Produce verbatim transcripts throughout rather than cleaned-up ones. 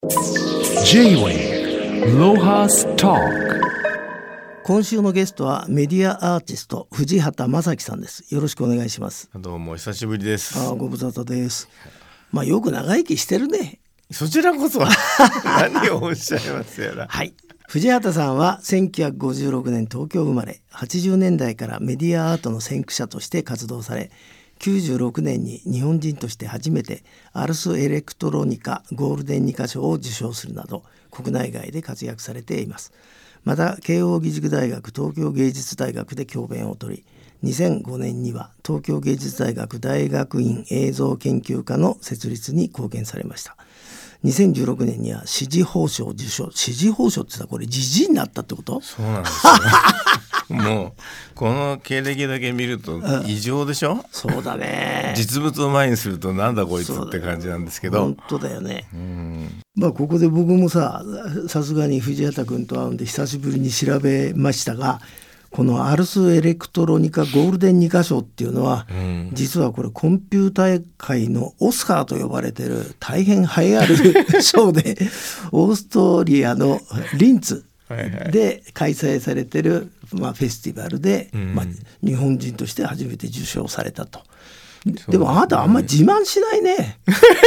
J-Wave ロハストーク。 今週のゲストはメディアアーティスト藤畑正樹さんです。よろしくお願いします。 どうも久しぶりです。 あ、ご無沙汰です。まあよく長生きしてるね。 そちらこそ何をおっしゃいますやら。 はい、藤畑さんはせんきゅうひゃくごじゅうろくねん東京生まれ、はちじゅうねんだいからメディアアートの先駆者として活動され、きゅうじゅうろくねんに日本人として初めてアルス・エレクトロニカゴールデンにか賞を受賞するなど国内外で活躍されています。また慶應義塾大学東京芸術大学で教鞭を取り、にせんごねんには東京芸術大学大学院映像研究科の設立に貢献されました。にせんじゅうろくねんには紫綬褒章を受賞。紫綬褒章って言ったらこれじじいになったってこと？ そうなんですよもうこの経歴だけ見ると異常でしょ。 そうだね。 実物を前にするとなんだこいつって感じなんですけど、 本当だよね。 うん、 まあここで僕もささすがに藤畑君と会うんで久しぶりに調べましたが、このアルス・エレクトロニカゴールデンにか賞っていうのは、うん、実はこれコンピューター界のオスカーと呼ばれてる大変栄えある賞でオーストリアのリンツで開催されてる、まあ、フェスティバルで、うんまあ、日本人として初めて受賞されたと。でもあなたあんまり自慢しないね。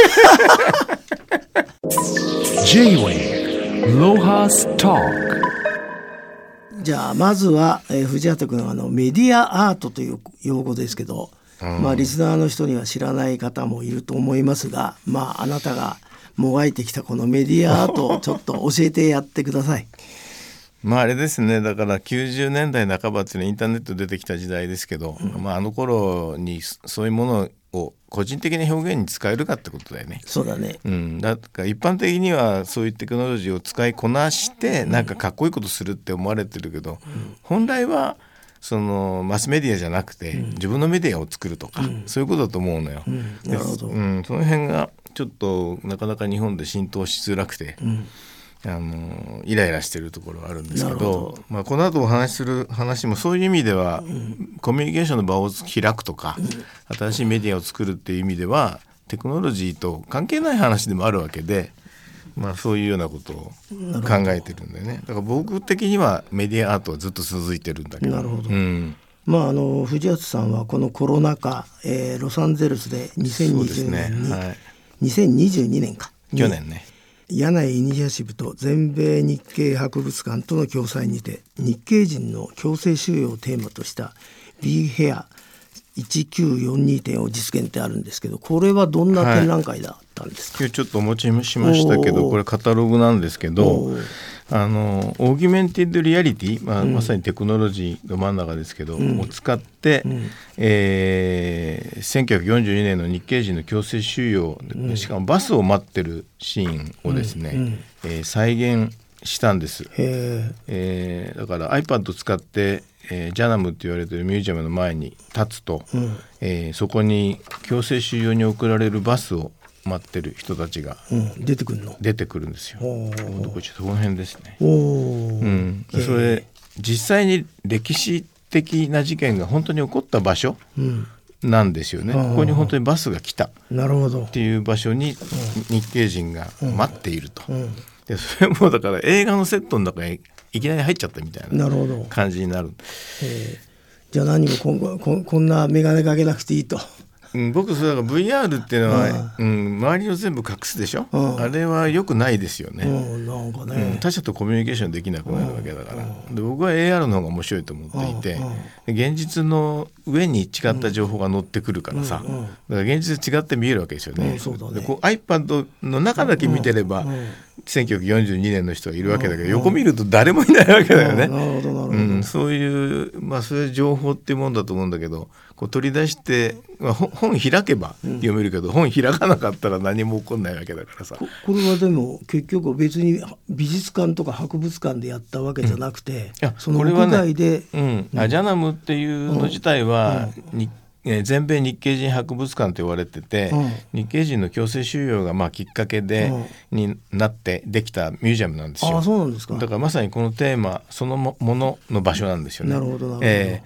J-Wave ロハストーク。 じゃあまずは、えー、藤畑君、あのメディアアートという用語ですけど、うんまあ、リスナーの人には知らない方もいると思いますが、まあ、あなたがもがいてきたこのメディアアートをちょっと教えてやってください。 まああれですね、だからきゅうじゅうねんだいなかばっていうのはインターネット出てきた時代ですけど、うんまあ、あの頃にそういうものを個人的な表現に使えるかってことだよね。 そうだね、 うん、だから一般的にはそういうテクノロジーを使いこなしてなんかかっこいいことするって思われてるけど、うん、本来はそのマスメディアじゃなくて、うん、自分のメディアを作るとか、うん、そういうことだと思うのよ、うん、なるほど、うん、その辺がちょっとなかなか日本で浸透しづらくて、うんあのイライラしてるところはあるんですけ ど, ど、まあ、この後お話しする話もそういう意味では、うん、コミュニケーションの場を開くとか、うん、新しいメディアを作るっていう意味ではテクノロジーと関係ない話でもあるわけで、まあ、そういうようなことを考えてるんだよね。だから僕的にはメディアアートはずっと続いてるんだけど。 なるほど、 うんまあ、あの藤畑さんはこのコロナ禍、えー、ロサンゼルスでにせんにじゅうねんに、ねはい、にせんにじゅうにねんか去年ね柳井イニシアチブと全米日系博物館との共催にて日系人の強制収容をテーマとしたビーヘアせんきゅうひゃくよんじゅうに展を実現ってあるんですけど、これはどんな展覧会だったんですか？ はい、今日ちょっとお持ちしましたけど、これカタログなんですけど、あのオーギュメンティッドリアリティ、まあうん、まさにテクノロジーの真ん中ですけど、うん、を使って、うんえー、せんきゅうひゃくよんじゅうにねんの日系人の強制収容、うん、しかもバスを待ってるシーンをですね、うんうんえー、再現したんです。へ、えー、だから iPad を使って、えー、ジャナムって言われてるミュージアムの前に立つと、うんえー、そこに強制収容に送られるバスを待ってる人たちが、 うん、出てくるの出てくるんですよ。どこちょっとこの辺ですね。 お、 うん、それ実際に歴史的な事件が本当に起こった場所なんですよね、うん、ここに本当にバスが来たっていう場所に日系人が待っていると、うんうん、でそれもだから映画のセットの中にいきなり入っちゃったみたいな感じになる。 えー、じゃあ何も今後 こ, こんな眼鏡かけなくていいと。 うん、僕それだから ブイアール っていうのは、うん、周りを全部隠すでしょ。あれは良くないですよね。 なんかね、 うん、他者とコミュニケーションできなくなるわけだから。で僕は エーアール の方が面白いと思っていて、現実の上に違った情報が載ってくるからさ、だから現実違って見えるわけですよね。うんそうだね。でこう iPad の中だけ見てれば、うんうんせんきゅうひゃくよんじゅうにねんの人がいるわけだけど、うん、横見ると誰もいないわけだよね。なるほどなるほど、うん、そういう、まあ、そういう情報っていうもんだと思うんだけど、こう取り出して、まあ、本開けば読めるけど、うん、本開かなかったら何も起こんないわけだからさ。 こ, これはでも結局別に美術館とか博物館でやったわけじゃなくて、うん、いやその屋外で、 これはね、うん、アジャナムっていうの自体は、うんうん全米日系人博物館と言われてて、うん、日系人の強制収容がまあきっかけで、うん、になってできたミュージアムなんですよ。 あ、そうなんですか。 だからまさにこのテーマそのものの場所なんですよね。 なるほどなるほど、 えー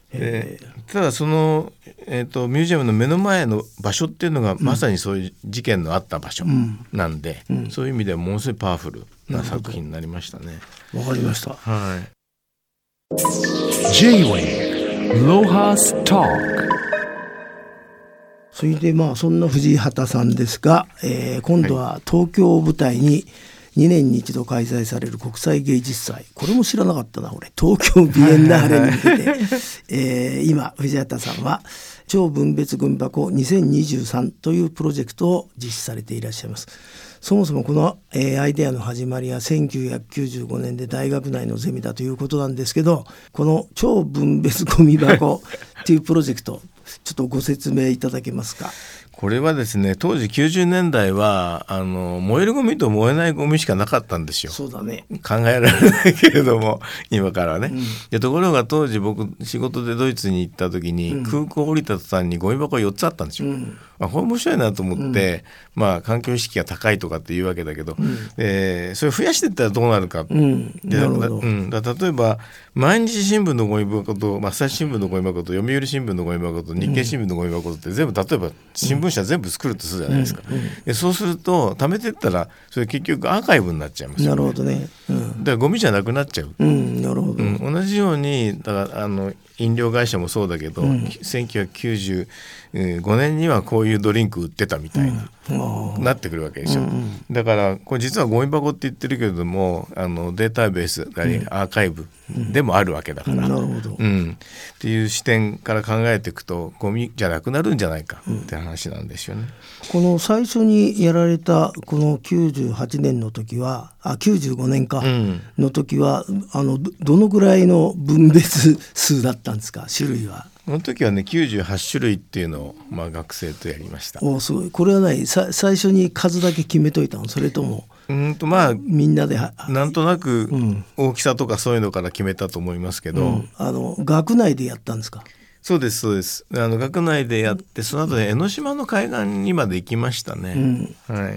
でただその、えーと、ミュージアムの目の前の場所っていうのがまさにそういう事件のあった場所なんで、うんうん、そういう意味ではものすごいパワフルな作品になりましたね。 わかりました。 はい。 J-Wave ロハストーク。 それでまあそんな藤井畑さんですが、えー、今度は東京を舞台ににねんに一度開催される国際芸術祭、これも知らなかったな俺、東京ビエンナーレに向けて、えー、今藤畑さんは超分別ゴミ箱にせんにじゅうさんというプロジェクトを実施されていらっしゃいます。そもそもこの、えー、アイデアの始まりはせんきゅうひゃくきゅうじゅうごねんで大学内のゼミだということなんですけど、この超分別ゴミ箱っていうプロジェクトちょっとご説明いただけますか。 これはですね、当時きゅうじゅうねんだいはあの燃えるゴミと燃えないゴミしかなかったんですよ。 そうだね、 考えられないけれども今からはね、うん、でところが当時僕仕事でドイツに行った時に、うん、空港降りた途端にゴミ箱よっつあったんですよ、うん、まあ、これ面白いなと思って、うん、まあ環境意識が高いとかっていうわけだけど、うん、えー、それを増やしていったらどうなるか、うん、でなるほど、うん、だ例えば毎日新聞のゴミ箱と、まあ、朝日新聞のゴミ箱と読売新聞のゴミ箱と日経新聞のゴミ箱って全部例えば新聞社全部作るとするじゃないですか、うんうん、でそうすると貯めていったらそれ結局アーカイブになっちゃいますよね。 なるほどね、うん、 だからゴミじゃなくなっちゃう、 うん、なるほど、うん、 同じようにだからあの飲料会社もそうだけど、うん、せんきゅうひゃくきゅうじゅうごねんにはこういうドリンク売ってたみたいな、うん、なってくるわけでしょ、うん、だからこれ実はゴミ箱って言ってるけれどもあのデータベースなりアーカイブでもあるわけだから、 うん、なるほど、 うん、っていう視点から考えていくとゴミじゃなくなるんじゃないかって話なんですよね、 うん、この最初にやられたこのきゅうじゅうはちねんの時はあきゅうじゅうごねんか、うん、の時はあの ど, どのぐらいの分別数だったんですか、種類は。 その時はねきゅうじゅうはちしゅるいっていうのを、まあ、学生とやりました。 おすごい。これはないさ最初に数だけ決めといたの、それともうんとまあみんなでなんとなく大きさとかそういうのから決めたと思いますけど、うん、 あの学内でやったんですか。 そうですそうです。あの学内でやってその後で江ノ島の海岸にまで行きましたね、うん、はい。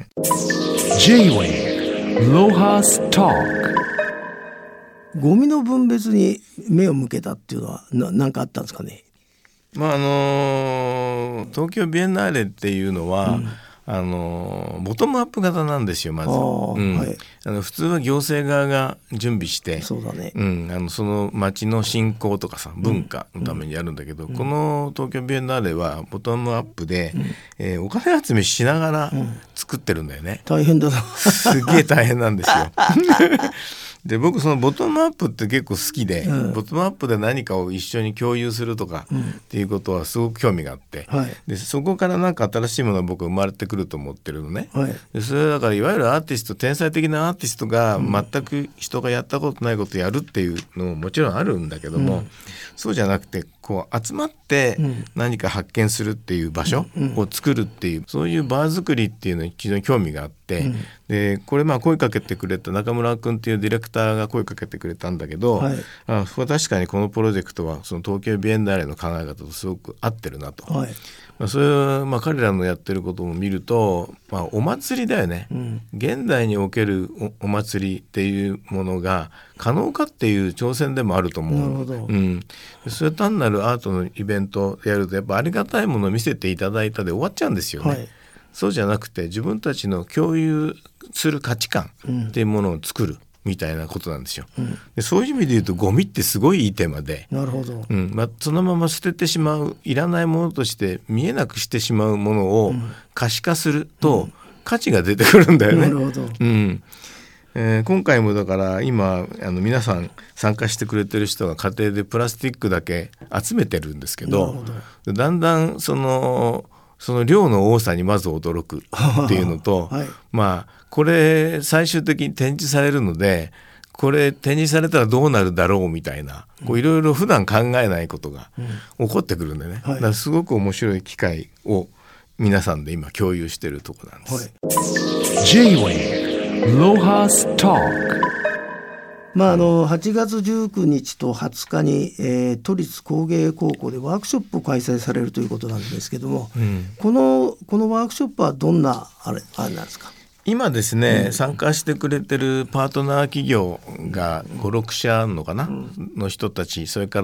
J-Wave ロハストーク。 ゴミの分別に目を向けたっていうのはな何かあったんですかね。 まああのー、東京ビエンナーレっていうのは、うん、あのボトムアップ型なんですよまず、うんはい、あの普通は行政側が準備してそうだね、 うん、あのその町の振興とかさ文化のためにやるんだけど、うん、この東京ビエンナーレはボトムアップで、うんえー、お金集めしながら作ってるんだよね、 うん、大変だなすげえ大変なんですよで僕そのボトムアップって結構好きで、うん、ボトムアップで何かを一緒に共有するとかっていうことはすごく興味があって、うん、でそこからなんか新しいものが僕は生まれてくると思ってるのね、はい、でそれだからいわゆるアーティスト天才的なアーティストが全く人がやったことないことをやるっていうのももちろんあるんだけども、うん、そうじゃなくてこう集まって何か発見するっていう場所を作るっていう、そういう場作りっていうのに非常に興味があって、うん、でこれまあ声かけてくれた中村君っていうディレクターが声かけてくれたんだけど、はい、あ確かにこのプロジェクトはその東京ビエンナーレの考え方とすごく合ってるなと、はいまあ、それはまあ彼らのやってることを見ると、まあ、お祭りだよね、うん、現代における お, お祭りっていうものが可能かっていう挑戦でもあると思う。 なるほど、 うん、それ単なるアートのイベントやるとやっぱありがたいものを見せていただいたで終わっちゃうんですよね、はい、そうじゃなくて自分たちの共有する価値観っていうものを作る、うんみたいなことなんですよ、うん、でそういう意味で言うとゴミってすごいいいテーマで、 なるほど、 うんまあ、そのまま捨ててしまういらないものとして見えなくしてしまうものを可視化すると価値が出てくるんだよね、 なるほど、 うんえー、今回もだから今あの皆さん参加してくれてる人が家庭でプラスチックだけ集めてるんですけ ど, どだんだんそのその量の多さにまず驚くっていうのと、はい、まあこれ最終的に展示されるのでこれ展示されたらどうなるだろうみたいな、うん、いろいろ普段考えないことが起こってくるんでね、うんはい、だからすごく面白い機会を皆さんで今共有しているところなんです、 はい、J-Wave ロハストーク。 まあ、あのはちがつじゅうくにちとはつかに、えー、都立工芸高校でワークショップを開催されるということなんですけども、うん、このこのワークショップはどんなあれ、あれなんですか。 今ですね、うん、参加してくれてるパートナー企業がご、ろくしゃのかな、うん、の人たち、それから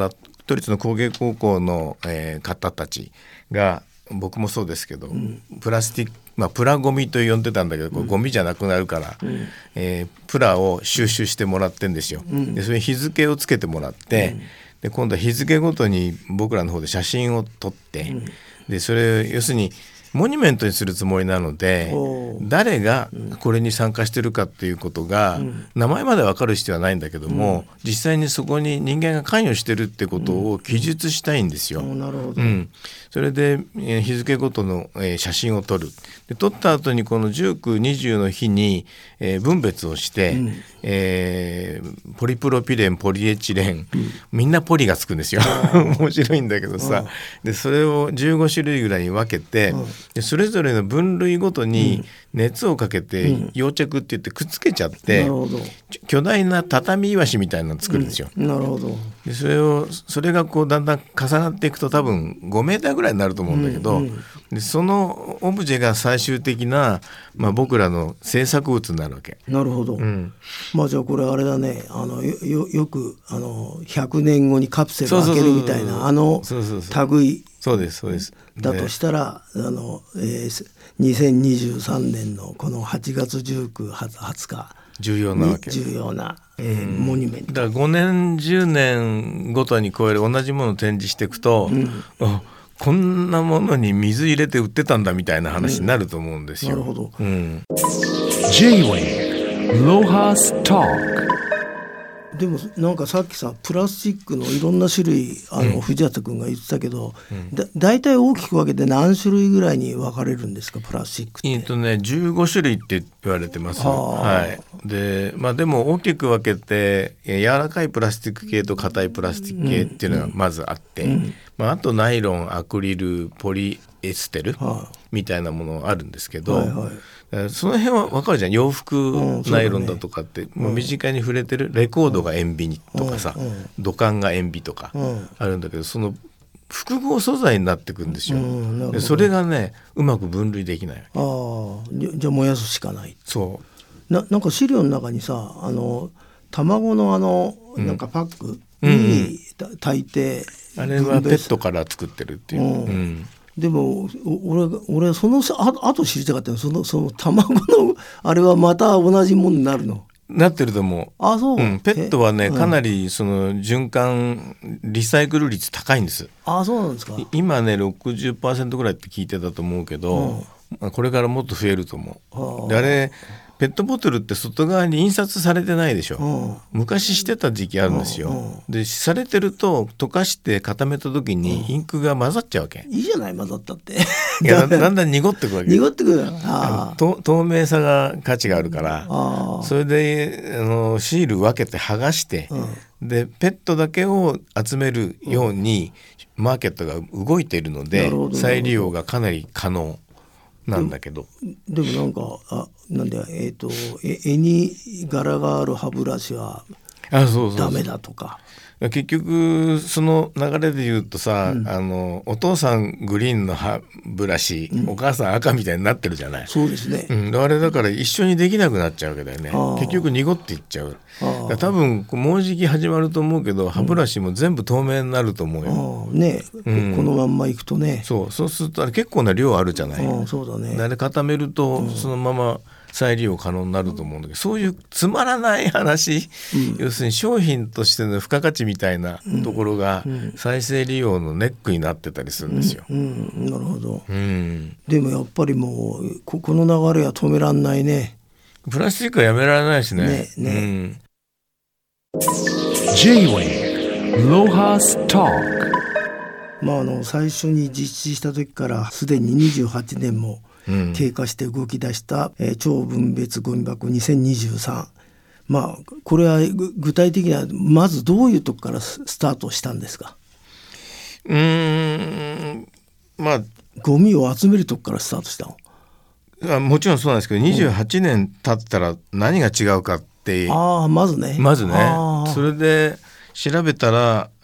都立の工芸高校の、えー、方たちが僕もそうですけど、うん、プラスチック、まあ、プラゴミと呼んでたんだけど、これゴミじゃなくなるから、うんえー、プラを収集してもらってんですよ、うん、でそれに日付をつけてもらって、うん、で今度は日付ごとに僕らの方で写真を撮って、うん、でそれ要するにモニュメントにするつもりなので、誰がこれに参加してるかっていうことが、うん、名前まで分かる必要はないんだけども、うん、実際にそこに人間が関与してるってことを記述したいんですよ、うん、なるほど、うん、それで、えー、日付ごとの、えー、写真を撮る。で撮った後にこのじゅうく、にじゅうの日に、えー、分別をして、うんえー、ポリプロピレン、ポリエチレン、うん、みんなポリがつくんですよ面白いんだけどさ、でそれをじゅうごしゅるいぐらいに分けて、でそれぞれの分類ごとに熱をかけて溶着って言ってくっつけちゃって、うん、巨大な畳イワシみたいなのを作るんですよ、 うん、なるほど。 でそれをそれがこうだんだん重なっていくと多分ごメーターぐらいになると思うんだけど、うんうん、でそのオブジェが最終的な、まあ、僕らの制作物になるわけ。 なるほど、うん、まあじゃあこれあれだね、あの よ, よくあのひゃくねんごにカプセルを開けるみたいなあの類そうですそうですだとしたら、あの、えー、にせんにじゅうさんねんのこのはちがつじゅうくにちはつか重要なわけ、 重要な、えーうん、モニュメントだからごねんじゅうねんごとにこういう同じものを展示していくと、うん、こんなものに水入れて売ってたんだみたいな話になると思うんですよ、 うん、なるほど、 うん、 J-Wave ロハストーク。 でもなんかさっきさプラスチックのいろんな種類あの、うん、藤畑君が言ってたけど、うん、だ, だいたい大きく分けて何種類ぐらいに分かれるんですかプラスチックって。 えーとね、じゅうごしゅるいって言われてます、はいでまあ、でも大きく分けて柔らかいプラスチック系と硬いプラスチック系っていうのがまずあって、うんうんまあ、あとナイロン、アクリル、ポリエステルみたいなものあるんですけど、はいはいその辺は分かるじゃん。洋服ナイロンだとかって、うんもう身近に触れてるレコードが塩ビとかさ、うん、土管が塩ビとかあるんだけど、その複合素材になってくるんですよ、うん、でそれがねうまく分類できない。 ああ、じゃあ燃やすしかない。 そうな、なんか資料の中にさあの卵のあのなんかパックに炊いて、 うんうんうん、あれはペットから作ってるっていう、うんうんでも俺俺そのあと知りたかったのそのその卵のあれはまた同じものになるのなってると思う。 あそう、うん、 ペットはねかなりその循環リサイクル率高いんです。 あそうなんですか。 今ね ろくじゅっパーセント ぐらいって聞いてたと思うけど、うん、これからもっと増えると思う。であれペットボトルって外側に印刷されてないでしょ、うん、昔してた時期あるんですよ、うんうん、でされてると溶かして固めた時にインクが混ざっちゃうわけ、 うん、いいじゃない混ざったっていやだんだん濁ってくわけ濁ってくるあと透明さが価値があるからあそれであのシール分けて剥がして、うん、でペットだけを集めるようにマーケットが動いているので、うん、再利用がかなり可能なんだけどでもなんかあなんでえっ、ー、と絵に柄がある歯ブラシはダメだとか。 結局その流れで言うとさ、うん、あのお父さんグリーンの歯ブラシ、うん、お母さん赤みたいになってるじゃない。 そうですね、 うん、あれだから一緒にできなくなっちゃうわけだよね。結局濁っていっちゃう。多分もうじき始まると思うけど歯ブラシも全部透明になると思うよ、 うんねうん、このまんまいくとね。 そうそうするとあれ結構な量あるじゃない。 あそうだね。 あれ固めるとそのまま再利用可能になると思うんだけど、そういうつまらない話、うん、要するに商品としての付加価値みたいなところが再生利用のネックになってたりするんですよ、 うんうん、なるほど、 うん、 でもやっぱりもうここの流れは止めらんないね。 プラスチックはやめられないしね。 ねね、 うん、J-Wave ロハストーク。 まああの最初に実施した時からすでににじゅうはちねんも経過して動き出した、うんえー、超分別ゴミ箱にせんにじゅうさん。まあこれは具体的にはまずどういうとこからスタートしたんですか。 うーんまあゴミを集めるとこからスタートしたの。 あもちろんそうなんですけど、にじゅうはちねん経ったら何が違うかって、 ああまずねまずねそれで調べたら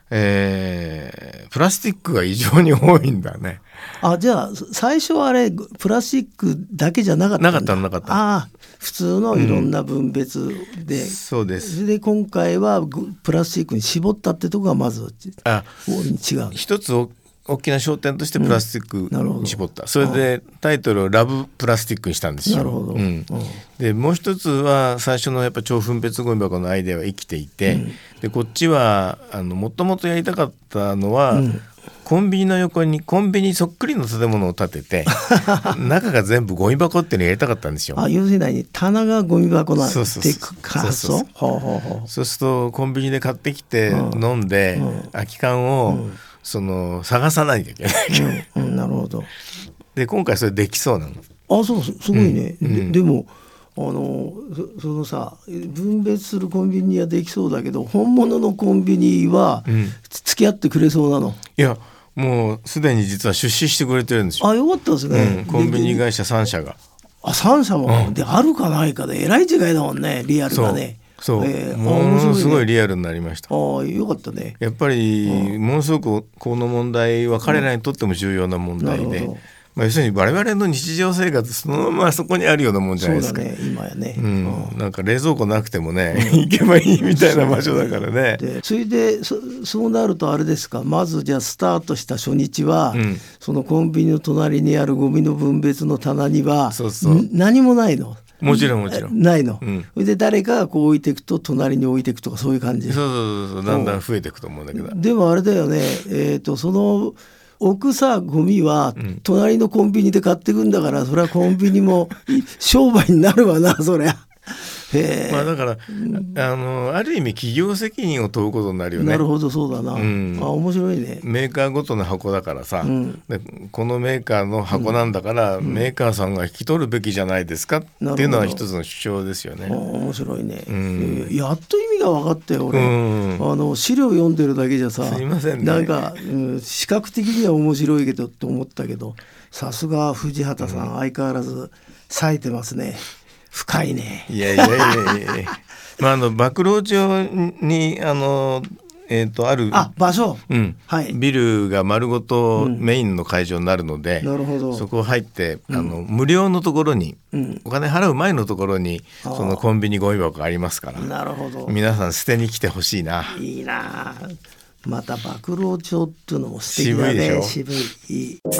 えー、プラスチックが異常に多いんだね。 あ、じゃあ最初はあれプラスチックだけじゃなかったんだ。 なかったのなかった。 ああ、普通のいろんな分別で、 うん、そうです。 それで今回はプラスチックに絞ったってとこがまずあ違う。 一つ大きな焦点としてプラスチックに絞った、うん、それでタイトルをラブプラスチックにしたんですよ。 なるほど、 うん、でもう一つは最初のやっぱ超分別ゴミ箱のアイデアは生きていて、うん、でこっちはあのもともとやりたかったのは、うん、コンビニの横にコンビニそっくりの建物を建てて中が全部ゴミ箱っていうのをやりたかったんですよ。 あ、要するに棚がゴミ箱なんて発想。 そうするとコンビニで買ってきて飲んで、うん、空き缶を、うん、その探さないといけない、 うんうん、なるほど。 で今回それできそうなの。 あ、そう、すごいね、うん、で, でもあの そ, そのさ分別するコンビニはできそうだけど本物のコンビニは付き合ってくれそうなの、うん、 いやもうすでに実は出資してくれてるんですよ。 あ、よかったですね、 うん、コンビニ会社さん社が。 あ、さん社も、うん、であるかないかでえらい違いだもんね、リアルがね。 そう、えー、ものすごいリアルになりました。 ああ、よかったね。 やっぱりものすごくこの問題は彼らにとっても重要な問題で、うん、まあ、要するに我々の日常生活そのままそこにあるようなもんじゃないですか。 そうだね、今やね、 うん、なんか冷蔵庫なくてもね、うん、行けばいいみたいな場所だからね。 でそれで そ, そうなるとあれですか、まずじゃあスタートした初日は、うん、そのコンビニの隣にあるゴミの分別の棚にはそうそう何もないの。 もちろんもちろんないの、 うん、 それで誰かがこう置いていくと隣に置いていくとかそういう感じ。 そうそうそう、だんだん増えていくと思うんだけど。 でもあれだよね、えーと、その置くさゴミは隣のコンビニで買ってくんだから、うん、それはコンビニも商売になるわなそりゃ。へまあ、だから、うん、あのある意味企業責任を問うことになるよね。 なるほど、そうだな、うん、あ、面白いね。 メーカーごとの箱だからさ、うん、でこのメーカーの箱なんだから、うん、メーカーさんが引き取るべきじゃないですかっていうのは一つの主張ですよね。 面白いね、 うん、 えー、やっと意味が分かったよ俺、うん、あの資料読んでるだけじゃさ、 すいませんね、 なんか、うん、視覚的には面白いけどって思ったけど、さすが藤畑さん、うん、相変わらず冴えてますね。深いね。 いやいやいやいやまあ、あの博労町にあの、えー、とあるあ場所、 うんはい、ビルが丸ごとメインの会場になるので、うん、 なるほど、 そこ入って、うん、あの無料のところに、うん、お金払う前のところにそのコンビニゴミ箱がありますから、 なるほど、 皆さん捨てに来てほしいな。 いいな。また博労町っていうのも素敵だね。渋いでしょ。渋い。いい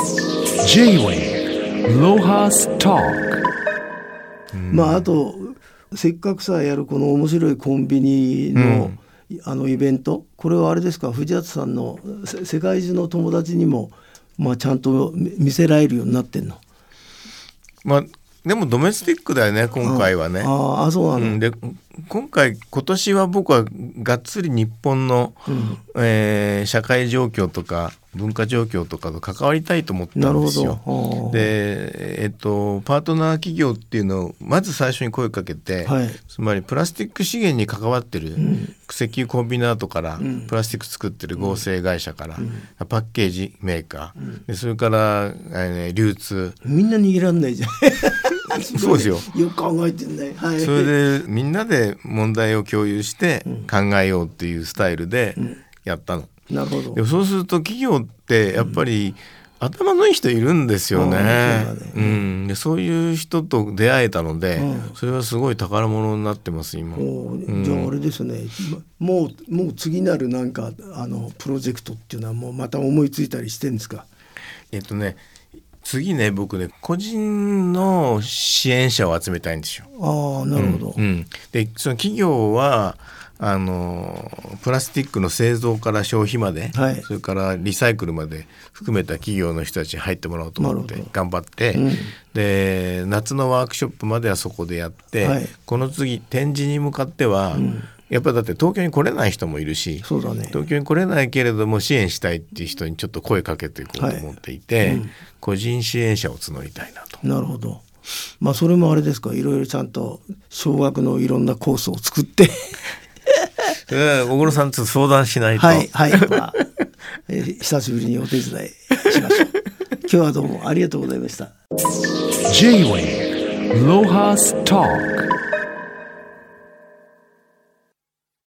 J-Way ロハストーク。 まあ、あとせっかくさやるこの面白いコンビニの、うん、あのイベント、これはあれですか、藤畑さんの世界中の友達にも、まあ、ちゃんと見せられるようになってんの。 まあでもドメスティックだよね今回はね。 ああ、そうなの、うん、 で今回今年は僕はがっつり日本の、うんえー、社会状況とか文化状況とかと関わりたいと思ったんですよ。で、えっと、パートナー企業っていうのをまず最初に声かけて、はい、つまりプラスチック資源に関わってる、うん、石油コンビナートから、うん、プラスチック作ってる合成会社から、うん、パッケージメーカー、うん、でそれから、えー、流通、 みんな逃げらんないじゃんそうですよ。 よく考えてんね、はい、 それでみんなで問題を共有して考えようっていうスタイルでやったの、 うん、なるほど。 でそうすると企業ってやっぱり、うん、頭のいい人いるんですよね。そうだね、うん、でそういう人と出会えたので、うん、それはすごい宝物になってます今。 お、うん、じゃああれですね、もう、もう次なるなんかあのプロジェクトっていうのはもうまた思いついたりしてるんですか。 えっとね次ね僕ね個人の支援者を集めたいんですよ。 ああ、なるほど、 うんうん、でその企業はあのプラスチックの製造から消費まで、はい、それからリサイクルまで含めた企業の人たちに入ってもらおうと思って頑張って、うん、で夏のワークショップまではそこでやって、はい、この次展示に向かっては、うん、やっぱりだって東京に来れない人もいるし、 そうだね、 東京に来れないけれども支援したいっていう人にちょっと声かけていこうと思っていて、はい、うん、個人支援者を募りたいなと。 なるほど。まあそれもあれですか、いろいろちゃんと小学のいろんなコースを作って小黒さんと相談しないと。 はいはい、まあえー、久しぶりにお手伝いしましょう今日はどうもありがとうございました。 J-Way ロハストーク。